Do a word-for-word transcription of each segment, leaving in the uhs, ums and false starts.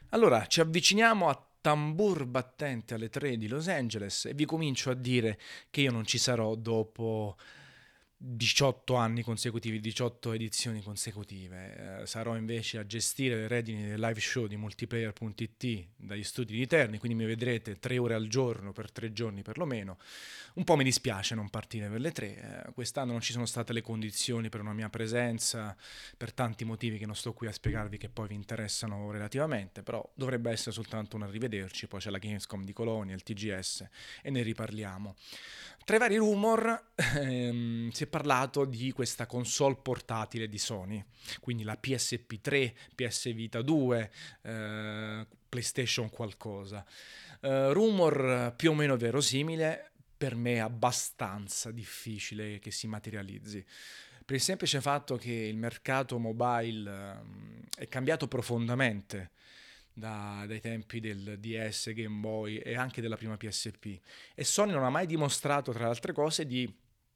Allora, ci avviciniamo a tambur battente alle tre di Los Angeles e vi comincio a dire che io non ci sarò dopo diciotto anni consecutivi, diciotto edizioni consecutive. Eh, sarò invece a gestire le redini del live show di multiplayer punto it dagli studi di Terni, quindi mi vedrete tre ore al giorno per tre giorni perlomeno. Un po' mi dispiace non partire per le tre, eh, quest'anno non ci sono state le condizioni per una mia presenza, per tanti motivi che non sto qui a spiegarvi che poi vi interessano relativamente, però dovrebbe essere soltanto un arrivederci, poi c'è la Gamescom di Colonia, il T G S e ne riparliamo. Tra i vari rumor ehm, si è parlato di questa console portatile di Sony, quindi la P S P tre, P S Vita due, eh, PlayStation qualcosa. Eh, rumor più o meno verosimile, per me abbastanza difficile che si materializzi. Per il semplice fatto che il mercato mobile ehm, è cambiato profondamente da- dai tempi del D S, Game Boy e anche della prima P S P. E Sony non ha mai dimostrato, tra le altre cose, di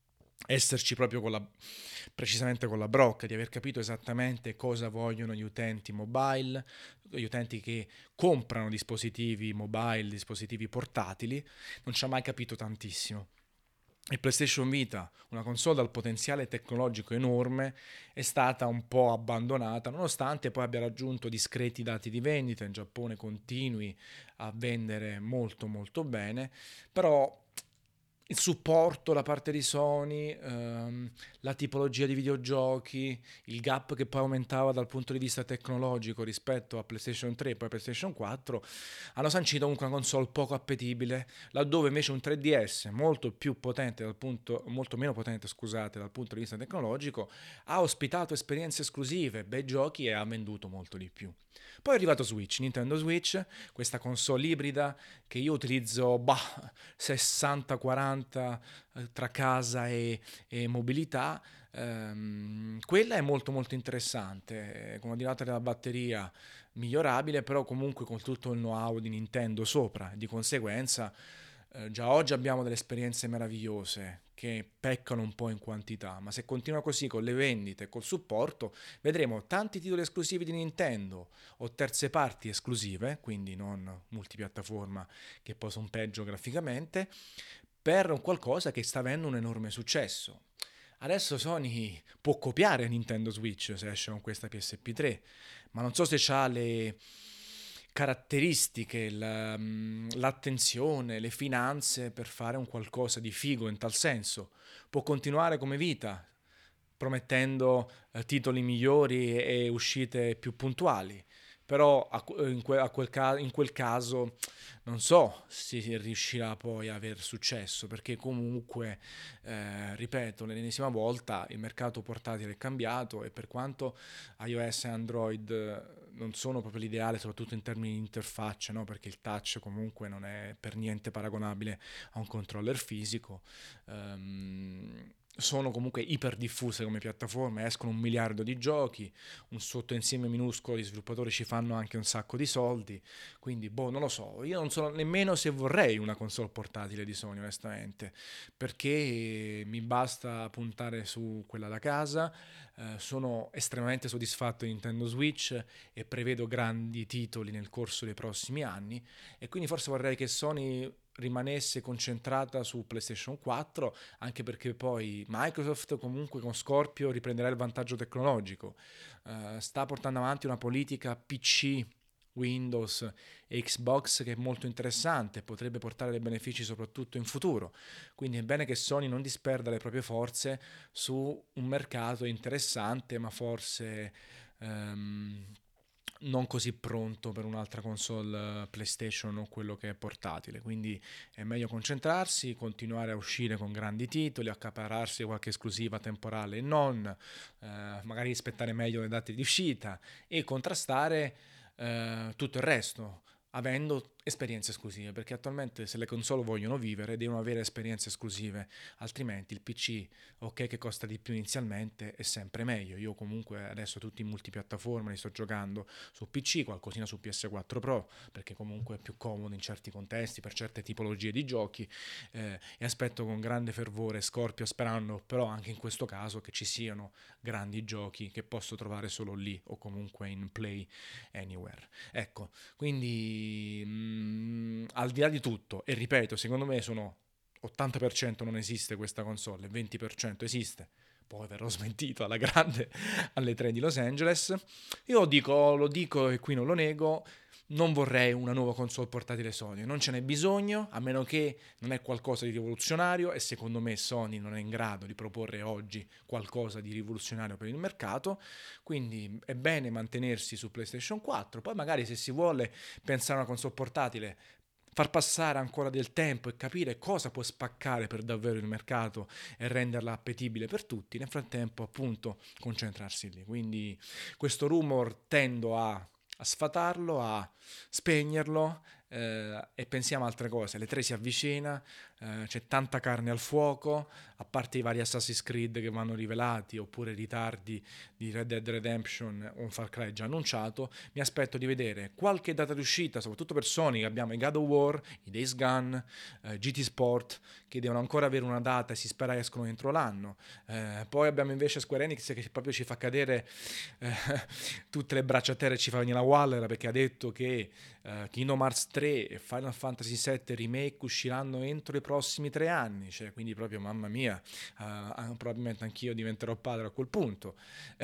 esserci proprio con la, precisamente con la brocca, di aver capito esattamente cosa vogliono gli utenti mobile, gli utenti che comprano dispositivi mobile, dispositivi portatili, non ci ha mai capito tantissimo. E PlayStation Vita, una console dal potenziale tecnologico enorme, è stata un po' abbandonata, nonostante poi abbia raggiunto discreti dati di vendita, in Giappone continui a vendere molto molto bene, però il supporto da parte di Sony, ehm, la tipologia di videogiochi, il gap che poi aumentava dal punto di vista tecnologico rispetto a PlayStation tre e poi PlayStation quattro, hanno sancito comunque una console poco appetibile, laddove invece un tre D S molto più potente dal punto, molto meno potente, scusate, dal punto di vista tecnologico, ha ospitato esperienze esclusive, bei giochi e ha venduto molto di più. Poi è arrivato Switch, Nintendo Switch, questa console ibrida che io utilizzo bah, sessanta quaranta eh, tra casa e, e mobilità. Ehm, quella è molto molto interessante, eh, con una durata della batteria migliorabile, però comunque con tutto il know-how di Nintendo sopra. Di conseguenza, eh, già oggi abbiamo delle esperienze meravigliose che peccano un po' in quantità, ma se continua così con le vendite e col supporto, vedremo tanti titoli esclusivi di Nintendo o terze parti esclusive, quindi non multipiattaforma che poi sono peggio graficamente, per un qualcosa che sta avendo un enorme successo. Adesso Sony può copiare Nintendo Switch se esce con questa P S P tre, ma non so se ha le caratteristiche, la- l'attenzione, le finanze per fare un qualcosa di figo in tal senso. Può continuare come vita, promettendo eh, titoli migliori e uscite più puntuali. Però a, in, que- a quel ca- in quel caso non so se riuscirà poi a aver successo, perché comunque, eh, ripeto, l'ennesima volta il mercato portatile è cambiato e per quanto iOS e Android eh, non sono proprio l'ideale, soprattutto in termini di interfaccia, no? Perché il touch comunque non è per niente paragonabile a un controller fisico. ehm, sono comunque iper diffuse come piattaforme, escono un miliardo di giochi, un sottoinsieme minuscolo di sviluppatori ci fanno anche un sacco di soldi, quindi boh, non lo so, io non so nemmeno se vorrei una console portatile di Sony onestamente, perché mi basta puntare su quella da casa, eh, sono estremamente soddisfatto di Nintendo Switch e prevedo grandi titoli nel corso dei prossimi anni e quindi forse vorrei che Sony rimanesse concentrata su PlayStation quattro, anche perché poi Microsoft comunque con Scorpio riprenderà il vantaggio tecnologico. Uh, sta portando avanti una politica P C, Windows e Xbox che è molto interessante, potrebbe portare dei benefici soprattutto in futuro. Quindi è bene che Sony non disperda le proprie forze su un mercato interessante, ma forse um, non così pronto per un'altra console PlayStation o quello che è portatile. Quindi è meglio concentrarsi, continuare a uscire con grandi titoli, accaparrarsi qualche esclusiva temporale e non, eh, magari rispettare meglio le date di uscita e contrastare eh, tutto il resto, avendo esperienze esclusive, perché attualmente se le console vogliono vivere devono avere esperienze esclusive, altrimenti il P C, ok che costa di più inizialmente, è sempre meglio. Io comunque adesso tutti in multipiattaforma li sto giocando su P C, qualcosina su P S quattro Pro, perché comunque è più comodo in certi contesti, per certe tipologie di giochi, eh, e aspetto con grande fervore Scorpio, sperando però anche in questo caso che ci siano grandi giochi che posso trovare solo lì o comunque in Play Anywhere. Ecco, quindi mh, al di là di tutto, e ripeto, secondo me sono ottanta per cento non esiste questa console, venti per cento esiste, poi verrò smentito alla grande alle tre di Los Angeles. Io dico, lo dico e qui non lo nego, non vorrei una nuova console portatile Sony, non ce n'è bisogno, a meno che non è qualcosa di rivoluzionario, e secondo me Sony non è in grado di proporre oggi qualcosa di rivoluzionario per il mercato, quindi è bene mantenersi su PlayStation quattro, poi magari se si vuole pensare a una console portatile, far passare ancora del tempo e capire cosa può spaccare per davvero il mercato e renderla appetibile per tutti, nel frattempo appunto concentrarsi lì. Quindi questo rumor tendo a, a sfatarlo, a spegnerlo, eh, e pensiamo a altre cose. Le tre si avvicina, eh, c'è tanta carne al fuoco, a parte i vari Assassin's Creed che vanno rivelati oppure ritardi di Red Dead Redemption o un Far Cry già annunciato, mi aspetto di vedere qualche data di uscita, soprattutto per Sony, che abbiamo i God of War, i Days Gone, eh, G T Sport, che devono ancora avere una data e si spera escono entro l'anno. Eh, poi abbiamo invece Square Enix che proprio ci fa cadere eh, tutte le braccia a terra e ci fa venire la Waller, perché ha detto che eh, Kingdom Hearts tre e Final Fantasy sette Remake usciranno entro i prossimi tre anni, cioè, quindi proprio mamma mia, uh, probabilmente anch'io diventerò padre a quel punto.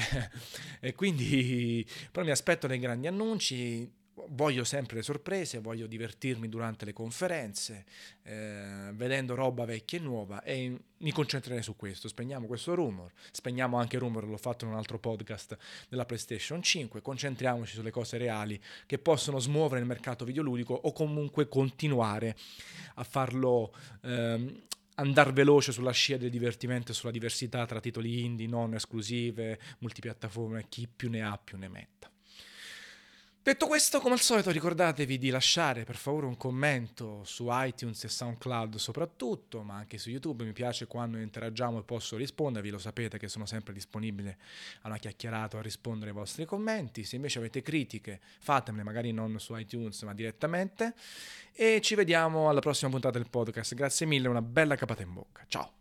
E quindi però mi aspetto dei grandi annunci, voglio sempre le sorprese, voglio divertirmi durante le conferenze, eh, vedendo roba vecchia e nuova, e mi concentrerei su questo. Spegniamo questo rumor, spegniamo anche il rumor, l'ho fatto in un altro podcast della PlayStation cinque, concentriamoci sulle cose reali che possono smuovere il mercato videoludico o comunque continuare a farlo ehm, andare veloce sulla scia del divertimento e sulla diversità tra titoli indie, non esclusive, multipiattaforme, chi più ne ha più ne metta. Detto questo, come al solito, ricordatevi di lasciare per favore un commento su iTunes e SoundCloud soprattutto, ma anche su YouTube. Mi piace quando interagiamo e posso rispondervi, lo sapete che sono sempre disponibile a una chiacchierata o a rispondere ai vostri commenti. Se invece avete critiche, fatemele, magari non su iTunes ma direttamente, e ci vediamo alla prossima puntata del podcast. Grazie mille, una bella capata in bocca. Ciao!